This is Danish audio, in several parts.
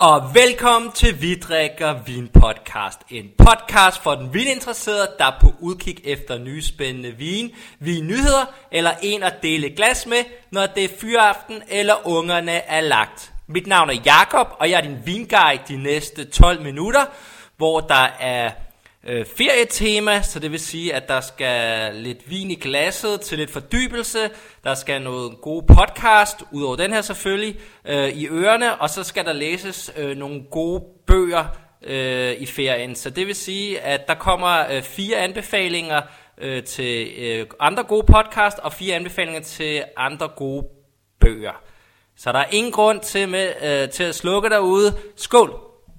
Og velkommen til Vi drikker Vin podcast. En podcast for den vininteresserede, der er på udkig efter nye spændende vinnyheder eller en at dele glas med, når det er fyraften eller ungerne er lagt. Mit navn er Jakob, og jeg er din vinguide de næste 12 minutter, hvor der er ferietema, så det vil sige, at der skal lidt vin i glasset til lidt fordybelse, der skal noget god podcast, udover den her selvfølgelig, i ørerne, og så skal der læses nogle gode bøger i ferien. Så det vil sige, at der kommer 4 anbefalinger til andre gode podcast, og 4 anbefalinger til andre gode bøger. Så der er ingen grund til at slukke derude. Skål!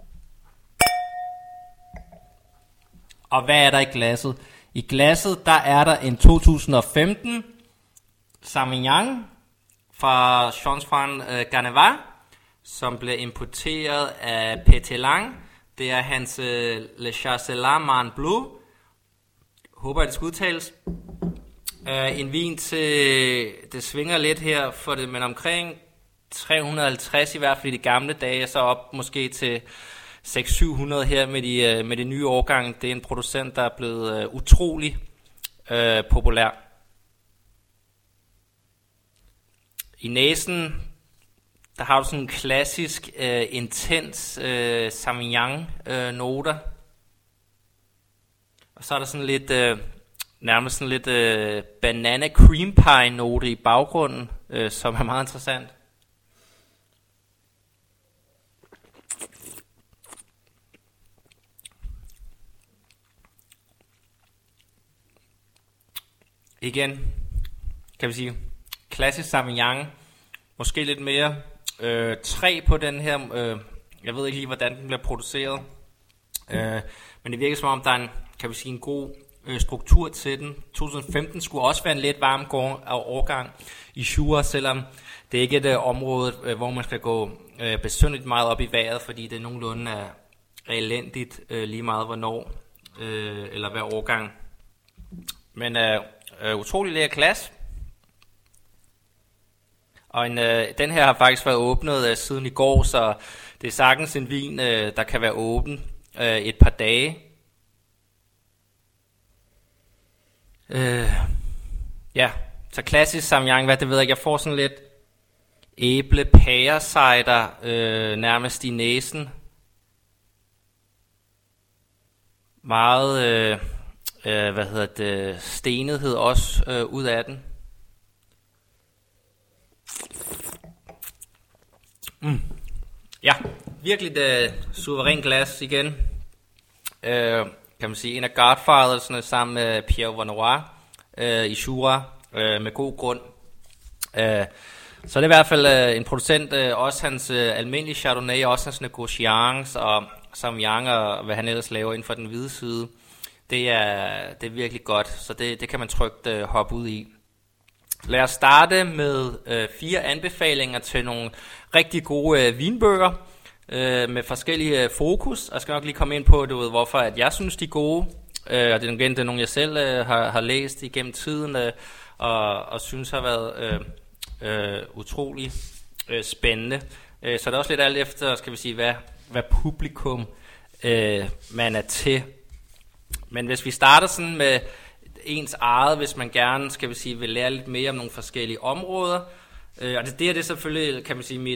Og hvad er der i glasset? I glasset, der er der en 2015 Sauvignon fra Chance van Garnevat, som blev importeret af Pétillant. Det er hans Le Chasselas Man Bleu. Håber, det skal udtales. En vin til, det svinger lidt her for det, men omkring 350 i hvert fald i de gamle dage, så op måske til 600-700 her med de nye årgange. Det er en producent, der er blevet utrolig populær. I næsen, der har du sådan en klassisk, intens Sauvignon-noter. Og så er der sådan lidt, nærmest sådan lidt banana cream pie-note i baggrunden, som er meget interessant. Igen, kan vi sige, klassisk Sauvignon, måske lidt mere træ på den her, jeg ved ikke lige, hvordan den bliver produceret, men det virker som om, der er en god struktur til den. 2015 skulle også være en lidt varm årgang i Jura, selvom det ikke er et område, hvor man skal gå besynderligt meget op i vejret, fordi det er nogenlunde elendigt lige meget hvornår, eller hver årgang. Men utrolig lækker glas. Og den her har faktisk været åbnet siden i går, så det er sagtens en vin, der kan være åben et par dage. Ja, så klassisk Sauvignon, hvad det ved jeg får sådan lidt æble-pære-cider nærmest i næsen. Meget stenethed også ud af den. Ja, virkelig suveræn glas igen. Kan man sige, en af Godfathersne sammen med Pierre Vanois i Jura, med god grund. Så det er i hvert fald en producent, også hans almindelige Chardonnay, også hans Negociants og Sauvignon og hvad han ellers laver inden for den hvide side. Det er virkelig godt, så det kan man trygt hoppe ud i. Lad os starte med 4 anbefalinger til nogle rigtig gode vinbøger med forskellige fokus. Jeg skal nok lige komme ind på, hvorfor at jeg synes, de er gode. Og det er nogle, jeg selv har læst igennem tiden og synes har været utrolig spændende. Så det er også lidt alt efter, skal vi sige, hvad publikum man er til. Men hvis vi starter sådan med ens eget, hvis man gerne, skal vi sige, vil lære lidt mere om nogle forskellige områder, og det er selvfølgelig, kan man sige,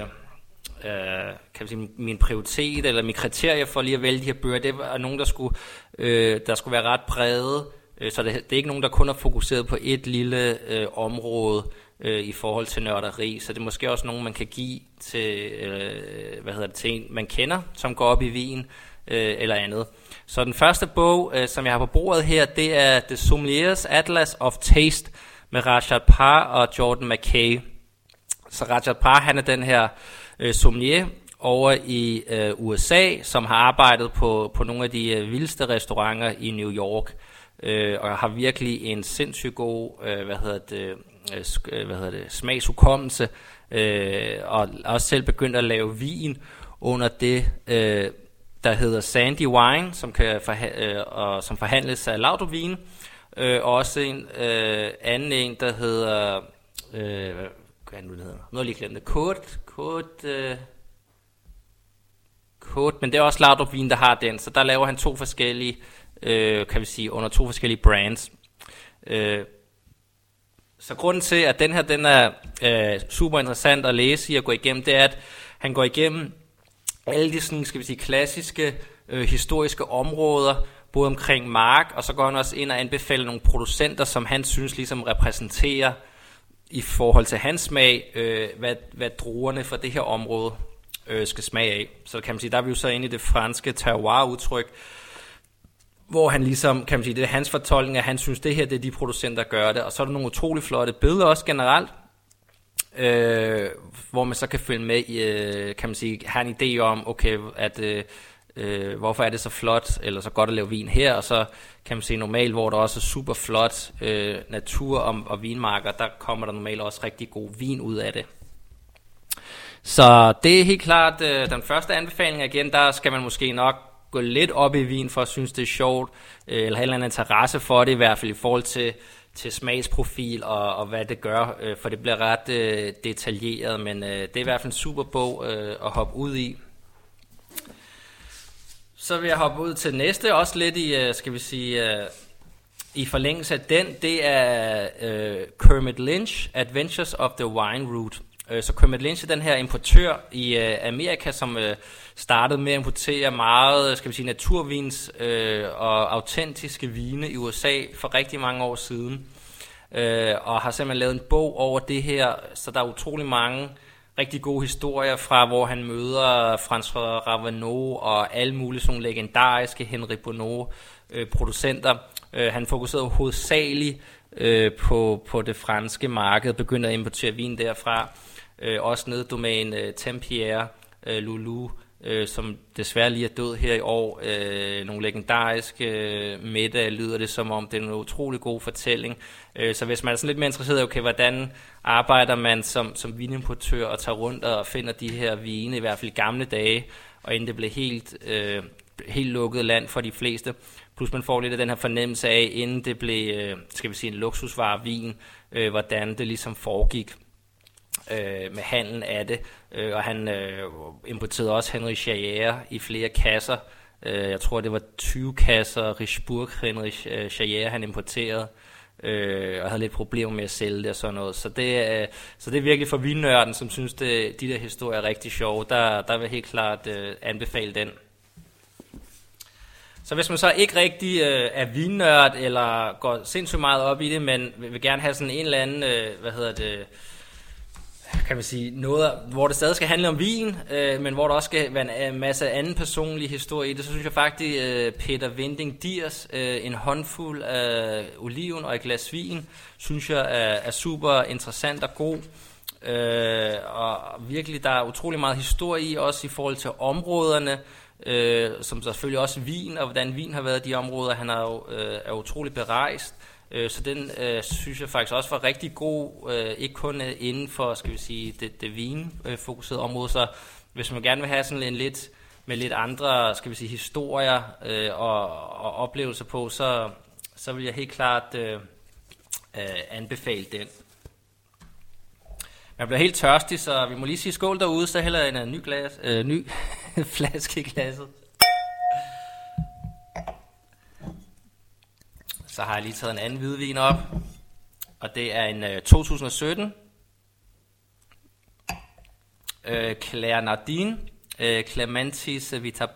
min prioritet eller mit kriterie for lige at vælge de her bøger. Det er nogen, der skulle være ret brede, så det er ikke nogen, der kun er fokuseret på et lille område i forhold til nørderi. Så det er måske også nogen, man kan give til, til en, man kender, som går op i vin eller andet. Så den første bog, som jeg har på bordet her, det er The Sommelier's Atlas of Taste med Rajat Parr og Jordan McKay. Så Rajat Parr, han er den her sommelier over i USA, som har arbejdet på nogle af de vildeste restauranter i New York, og har virkelig en sindssygt god smagshukommelse, og også selv begyndt at lave vin under det der hedder Sandy Wine, som forhandles af Laudrup Vin, og også en anden en, der hedder hvad er det nu, det hedder? Nu har jeg lige glemt det. Haut, men det er også Laudrup Vin, der har den, så der laver han 2 forskellige, kan vi sige, under 2 forskellige brands. Så grunden til, at den her, den er super interessant at læse i og gå igennem, det er, at han går igennem alle de sådan, skal vi sige, klassiske historiske områder, både omkring mark, og så går han også ind og anbefaler nogle producenter, som han synes ligesom repræsenterer i forhold til hans smag, hvad druerne for det her område skal smage af. Så kan man sige, der er vi jo så inde i det franske terroir-udtryk, hvor han ligesom, kan man sige, det er hans fortolkning, at han synes, det her, det er de producenter, der gør det. Og så er der nogle utrolig flotte billeder også generelt, hvor man så kan følge med i, kan man sige, have en idé om, okay, at hvorfor er det så flot, eller så godt at lave vin her, og så kan man se normalt, hvor der også er super flot natur og vinmarker, der kommer der normalt også rigtig god vin ud af det. Så det er helt klart den første anbefaling. Igen, der skal man måske nok gå lidt op i vin for at synes det er sjovt, eller have en eller anden interesse for det, i hvert fald i forhold til smagsprofil og hvad det gør, for det bliver ret detaljeret, men det er i hvert fald en super bog at hoppe ud i. Så vil jeg hoppe ud til næste, også lidt i, skal vi sige, i forlængelse af den, det er Kermit Lynch, Adventures of the Wine Route. Så Kermit Lynch er den her importør i Amerika, som startede med at importere meget, skal vi sige, naturvins og autentiske vine i USA for rigtig mange år siden. Og har simpelthen lavet en bog over det her, så der er utrolig mange rigtig gode historier fra, hvor han møder François Ravenot og alle mulige sådan legendariske Henri Bonneau producenter. Han fokuserede hovedsageligt på det franske marked, begyndte at importere vin derfra. Også neddomæne Tempier, Loulou, som desværre lige er død her i år. Nogle legendariske middag lyder det som om, det er en utrolig god fortælling. Så hvis man er sådan lidt mere interesseret i, okay, hvordan arbejder man som vinimportør og tager rundt og finder de her vine, i hvert fald i gamle dage, og inden det blev helt lukket land for de fleste. Plus man får lidt af den her fornemmelse af, inden det blev, skal vi sige, en luksusvarevin, hvordan det ligesom foregik med handlen af det. Og han importerede også Henri Chayère i flere kasser. Jeg tror, det var 20 kasser Richebourg Henri Chayère, han importerede. Og havde lidt problemer med at sælge det og sådan noget. Så det er virkelig for vinnørden, som synes, de der historier er rigtig sjove. Der vil jeg helt klart anbefale den. Så hvis man så ikke rigtig er vinnørd, eller går sindssygt meget op i det, men vil gerne have sådan en eller anden, kan man sige, noget, hvor det stadig skal handle om vin, men hvor der også skal være en masse anden personlig historie i det, så synes jeg faktisk, Peter Vending Diers, en håndfuld af oliven og et glas vin, synes jeg er super interessant og god. Og virkelig, der er utrolig meget historie i, også i forhold til områderne, som selvfølgelig også vin, og hvordan vin har været i de områder, han er utrolig berejst. Så den synes jeg faktisk også var rigtig god, ikke kun inden for, skal vi sige, det vinfokuserede område. Så hvis man gerne vil have sådan en lidt med lidt andre, skal vi sige, historier og oplevelser på, så vil jeg helt klart anbefale den. Jeg bliver helt tørstig, så vi må lige sige skål derude, så hælder jeg en ny flaske i glasset. Så har jeg lige taget en anden hvidvin op, og det er en 2017 Claire Nardin Clémentis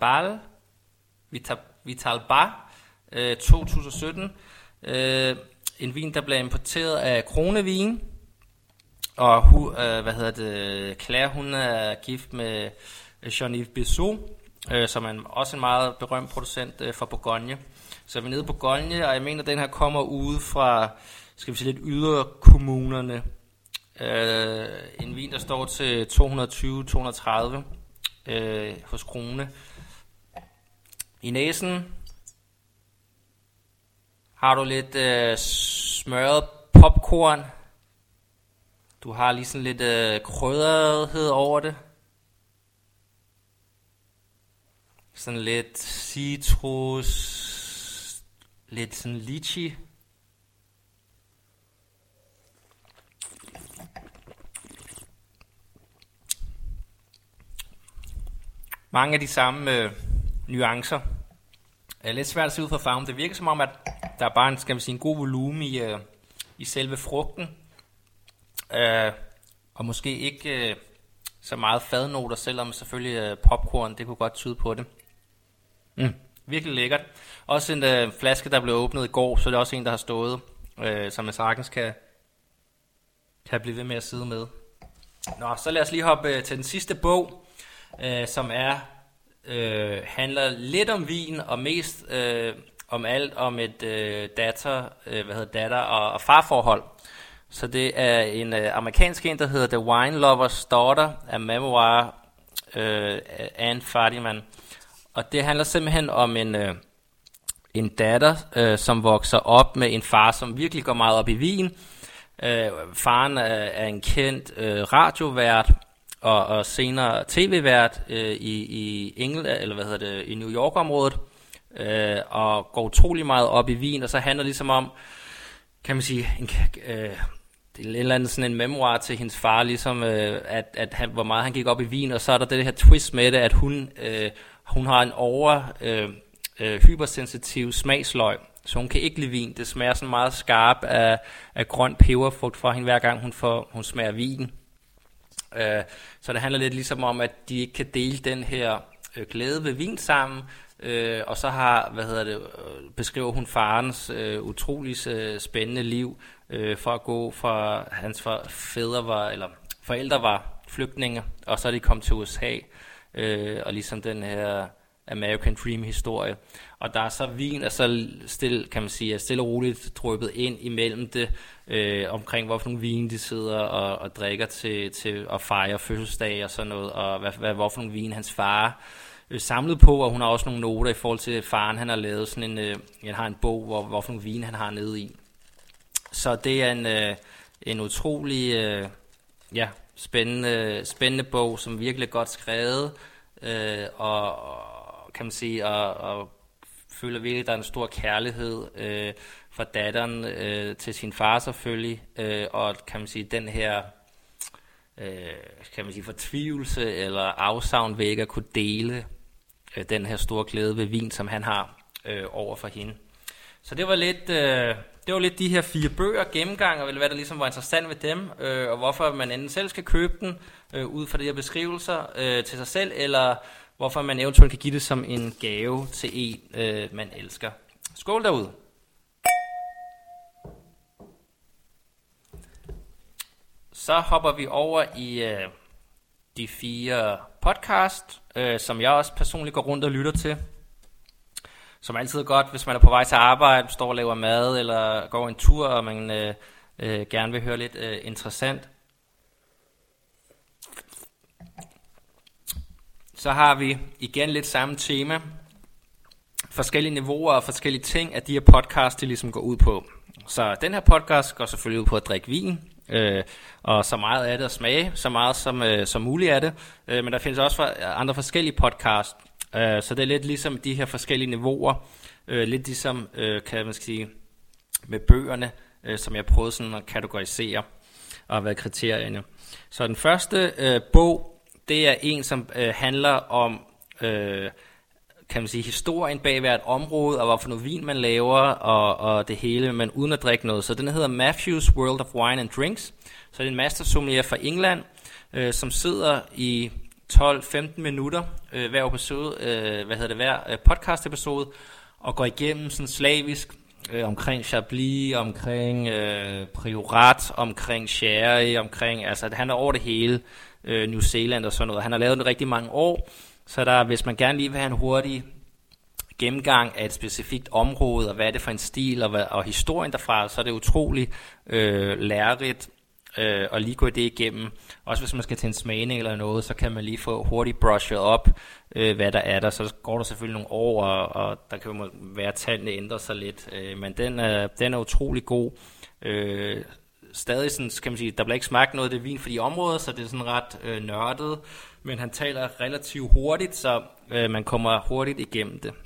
Vitalba 2017. En vin, der blev importeret af Kronevin, og Claire, hun er gift med Jean-Yves Bissot, som er også en meget berømt producent fra Bourgogne. Så vi er nede på Bourgogne, og jeg mener, at den her kommer ude fra, skal vi sige, lidt ydre kommunerne. En vin, der står til 220-230 hos Krone. I næsen har du lidt smørret popcorn. Du har lige sådan lidt krydderhed over det. Sådan lidt citrus, lidt sådan lychee. mange af de samme nuancer. Lidt svært at se ud fra farven. Det virker som om, at der er bare en god volumen i selve frugten. Og måske ikke så meget fadnoter, selvom selvfølgelig popcorn, det kunne godt tyde på det. Virkelig lækkert. Også en flaske, der blev åbnet i går, så det er også en, der har stået, som man sagtens kan blive ved med at sidde med. Nå, så lad os lige hoppe til den sidste bog, som handler lidt om vin, og mest om alt om et datter og farforhold. Så det er en amerikansk en, der hedder The Wine Lover's Daughter, af memoir Anne Fardiman. Og det handler simpelthen om en datter, som vokser op med en far, som virkelig går meget op i vin. Faren er en kendt radiovært og senere tv-vært i i New York-området, og går utrolig meget op i vin. Og så handler det ligesom om, kan man sige, det er en eller anden sådan en memoir til hendes far, ligesom hvor meget han gik op i vin. Og så er der det her twist med det, at hun har en hypersensitiv smagsløg, så hun kan ikke lide vin. Det smager sådan meget skarp af grøn peberfrugt for hende, hver gang hun smager vin. Så det handler lidt ligesom om, at de ikke kan dele den her glæde ved vin sammen. Og så beskriver hun farens utrolig spændende liv, for at gå fra hans forældre var flygtninge, og så er de kommet til USA, og ligesom den her American Dream historie. Og der er så vin, og så stille og roligt dryppet ind imellem det, omkring hvorfor nogle vin de sidder og drikker til at fejre fødselsdag og sådan noget, og hvorfor nogle vin hans far samlet på, og hun har også nogle noter i forhold til faren, han har lavet sådan han har en bog, hvorfor nogle vin han har nede i. Så det er en utrolig spændende bog, som virkelig er godt skrevet, og kan man sige, og føler virkelig, at der er en stor kærlighed fra datteren til sin far selvfølgelig, og kan man sige, den her fortvivlelse eller afsavn ved ikke at kunne dele den her store glæde ved vin, som han har over for hende. Så det var lidt de her 4 bøger gennemgang, og hvad der ligesom var interessant ved dem, og hvorfor man enten selv skal købe den ud fra de her beskrivelser til sig selv, eller hvorfor man eventuelt kan give det som en gave til en, man elsker. Skål derude! Så hopper vi over i de 4 podcast, som jeg også personligt går rundt og lytter til. Som altid er godt, hvis man er på vej til arbejde, står og laver mad, eller går en tur, og man gerne vil høre lidt interessant. Så har vi igen lidt samme tema. Forskellige niveauer og forskellige ting, at de her podcast, de ligesom går ud på. Så den her podcast går selvfølgelig ud på at drikke vin, og så meget af det at smage, så meget som muligt af det. Men der findes også andre forskellige podcast, så det er lidt ligesom de her forskellige niveauer, lidt ligesom, kan man sige, med bøgerne, som jeg prøvede sådan at kategorisere, og hvad kriterierne. Så den første bog, det er en, som handler om, kan man sige, historien bag hvert område, og hvorfor noget vin man laver, og det hele, men uden at drikke noget. Så den hedder Matthew's World of Wine and Drinks. Så det er en mastersommelier fra England, som sidder i 12-15 minutter hver episode, hver podcast episode, og går igennem sådan slavisk omkring Chablis, omkring Priorat, omkring Sherry, altså han er over det hele, New Zealand og sådan noget. Han har lavet det rigtig mange år, så der, hvis man gerne lige vil have en hurtig gennemgang af et specifikt område, og hvad er det for en stil, og historien derfra, så er det utrolig lærerigt og lige gå det igennem. Også hvis man skal til en smagning eller noget, så kan man lige få hurtigt brushet op, hvad der er der. Så går der selvfølgelig nogle år, og der kan jo være, at tallene ændrer sig lidt. Men den er utrolig god. Stadig sådan, kan man sige, der bliver ikke smagt noget af det vin for de områder, så det er sådan ret nørdet. Men han taler relativt hurtigt, så man kommer hurtigt igennem det.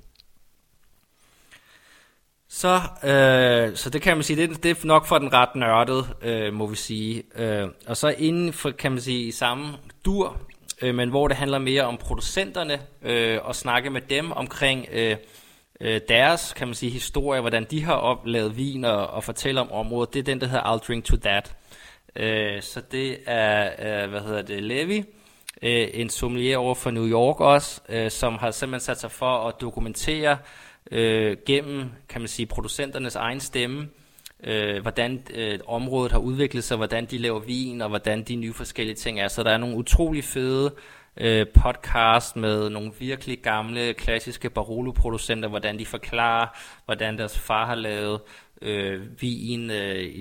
Så det kan man sige, det er nok for den ret nørdede, må vi sige. Og så inden for, kan man sige, i samme dur, men hvor det handler mere om producenterne, og snakke med dem omkring deres, kan man sige, historie, hvordan de har oplevet vin og fortælle om området. Det er den, der hedder I'll Drink to That. Så det er, Levi, en sommelier over for New York også, som har simpelthen sat sig for at dokumentere gennem, kan man sige, producenternes egen stemme, hvordan området har udviklet sig, hvordan de laver vin, og hvordan de nye forskellige ting er. Så der er nogle utrolig fede podcast med nogle virkelig gamle, klassiske Barolo-producenter, hvordan de forklarer, hvordan deres far har lavet vin i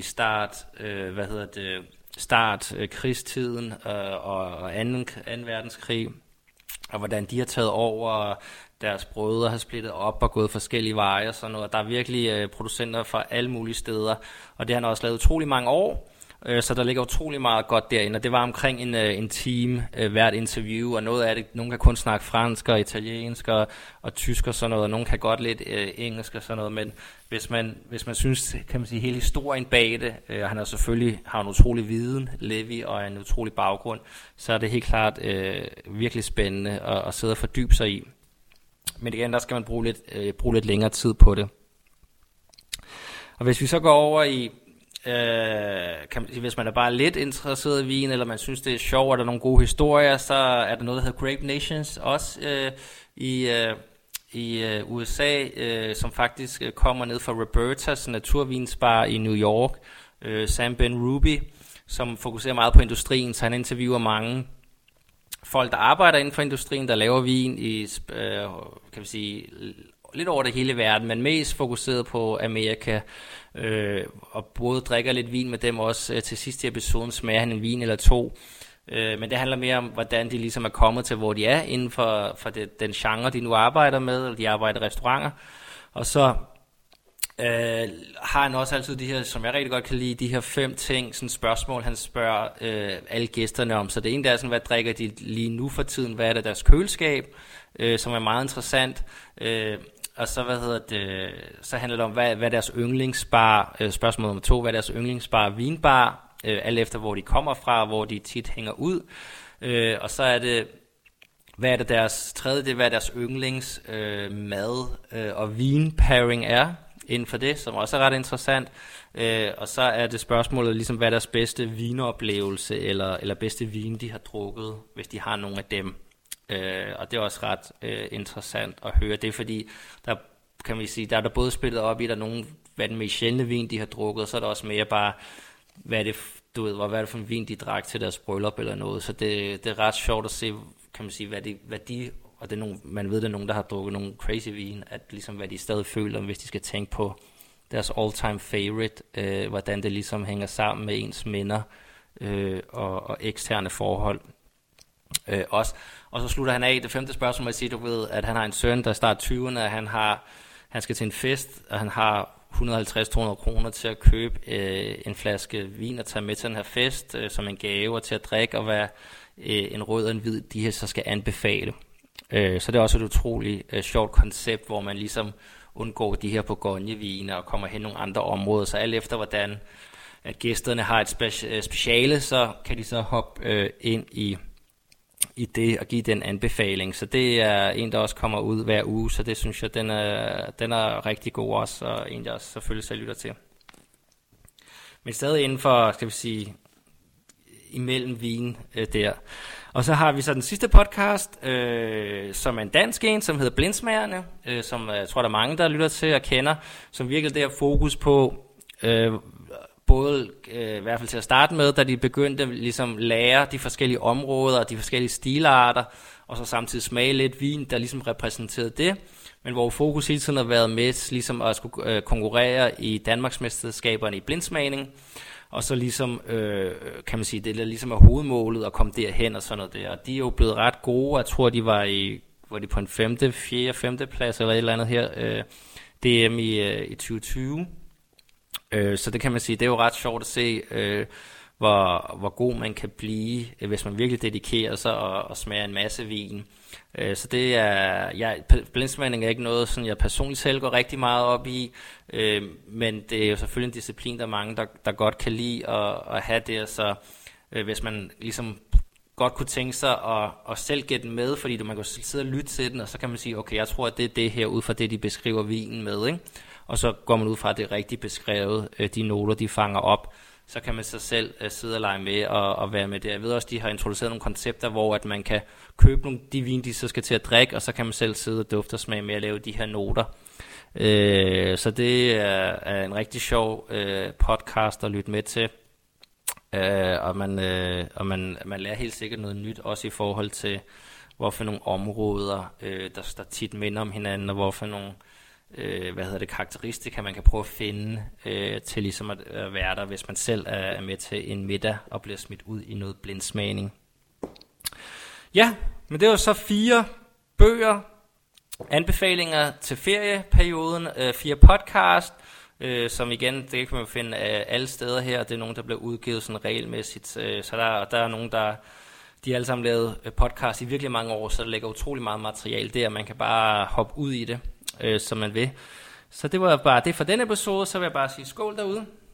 start krigstiden og anden verdenskrig, og hvordan de har taget over, og deres brødre har splittet op og gået forskellige veje og sådan noget. Der er virkelig producenter fra alle mulige steder, og det har han også lavet utrolig mange år, så der ligger utrolig meget godt derinde, og det var omkring en time hvert interview, og noget af det, nogen kan kun snakke fransk og italiensk og tysk og sådan noget, og nogen kan godt lidt engelsk og sådan noget, men hvis man synes, kan man sige, hele historien bag det, og han har en utrolig viden, Levi, og en utrolig baggrund, så er det helt klart virkelig spændende at sidde og fordybe sig i. Men igen, der skal man bruge lidt længere tid på det. Og hvis vi så går over i, hvis man er bare lidt interesseret i vin, eller man synes det er sjovt, og der er nogle gode historier, så er der noget, der hedder Grape Nations også i USA, som faktisk kommer ned fra Robertas naturvinsbar i New York. Sam Ben-Ruby, som fokuserer meget på industrien, så han interviewer mange folk, der arbejder inden for industrien, der laver vin i, kan vi sige, lidt over det hele verden, men mest fokuseret på Amerika, og både drikker lidt vin med dem også. Til sidst i episoden smager han en vin eller to, men det handler mere om, hvordan de ligesom er kommet til, hvor de er inden for den genre, de nu arbejder med, eller de arbejder i restauranter. Og så har han også altid de her, som jeg rigtig godt kan lide, de her 5 ting, sådan spørgsmål, han spørger alle gæsterne om. Så det ene der er sådan, hvad drikker de lige nu for tiden, hvad er det deres køleskab, som er meget interessant. Og så, så handler det om, hvad er deres yndlingsbar, spørgsmål nummer 2, hvad er deres yndlingsbar vinbar, alt efter hvor de kommer fra, hvor de tit hænger ud. Og så er det, hvad er det deres tredje, det er, hvad deres yndlings mad og vinpairing er inden for det, som også er ret interessant. Og så er det spørgsmålet, ligesom, hvad er deres bedste vinoplevelse, eller bedste vin, de har drukket, hvis de har nogle af dem. Og det er også ret interessant at høre. Det er fordi, der kan man sige, der er der både spillet op i, der er nogle, hvad den mest sjældne vin, de har drukket, og så er der også mere bare, hvad er det for en vin, de drak til deres bryllup eller noget. Så det er ret sjovt at se, kan man sige, hvad de og det er nogen, man ved, det er nogen, der har drukket nogle crazy vin, at ligesom, hvad de stadig føler, hvis de skal tænke på deres all-time favorite, hvordan det ligesom hænger sammen med ens minder og eksterne forhold. Også. Og så slutter han af det 5. spørgsmål med at sige, du ved, at han har en søn, der er start 20'erne, han skal til en fest, og han har 150-200 kroner til at købe en flaske vin og tage med til den her fest som en gave og til at drikke, og hvad en rød og en hvid, de her så skal anbefale. Så det er også et utroligt sjovt koncept, hvor man ligesom undgår de her Bourgogne-vine og kommer hen nogle andre områder. Så alt efter hvordan at gæsterne har et speciale, så kan de så hoppe ind i det og give den anbefaling. Så det er en, der også kommer ud hver uge, så det synes jeg, den er rigtig god også, og en, jeg også selvfølgelig selv lytter til. Men stadig inden for, skal vi sige, imellem vin der. Og så har vi så den sidste podcast, som er en dansk en, som hedder Blindsmagerne, som jeg tror, der er mange, der lytter til og kender, som virkelig der fokus på, både i hvert fald til at starte med, da de begyndte ligesom lære de forskellige områder og de forskellige stilarter, og så samtidig smage lidt vin, der ligesom repræsenterede det, men hvor fokus hele tiden har været med ligesom at skulle konkurrere i Danmarksmesterskaberne i blindsmagning, og så ligesom, kan man sige, det er ligesom er hovedmålet at komme derhen og sådan noget der. Og de er jo blevet ret gode. Jeg tror, de var på en 4. 5. plads eller et eller andet her, DM i 2020. Så det kan man sige, det er jo ret sjovt at se, hvor god man kan blive, hvis man virkelig dedikerer sig og smager en masse vin. Så det er, blindsmagning er ikke noget, sådan jeg personligt selv går rigtig meget op i, men det er jo selvfølgelig en disciplin, der er mange, der godt kan lide at have det, så hvis man ligesom godt kunne tænke sig at selv gætte den med, fordi man kan sidde og lytte til den, og så kan man sige, okay, jeg tror, at det er det her, ud fra det, de beskriver vinen med, ikke? Og så går man ud fra, at det er rigtigt beskrevet, de noter, de fanger op. Så kan man så selv sidde og lege med og være med det. Jeg ved også, de har introduceret nogle koncepter, hvor at man kan købe nogle de vin, de så skal til at drikke, og så kan man selv sidde og dufte og smage med at lave de her noter. Så det er en rigtig sjov podcast at lytte med til. Og man lærer helt sikkert noget nyt, også i forhold til, hvorfor nogle områder, der tit minder om hinanden, og hvorfor nogle karakteristika, man kan prøve at finde til ligesom at være der, hvis man selv er med til en middag og bliver smidt ud i noget blindsmagning. Ja, men det var så 4 bøger, anbefalinger til ferieperioden, 4 podcast, som igen, det kan man finde alle steder her. Det er nogen, der bliver udgivet sådan regelmæssigt, så der er nogen, de har alle sammen lavet podcast i virkelig mange år, så der ligger utrolig meget materiale der, man kan bare hoppe ud i det, som man vil. Så det var bare det for denne episode, så vil jeg bare sige skål derude.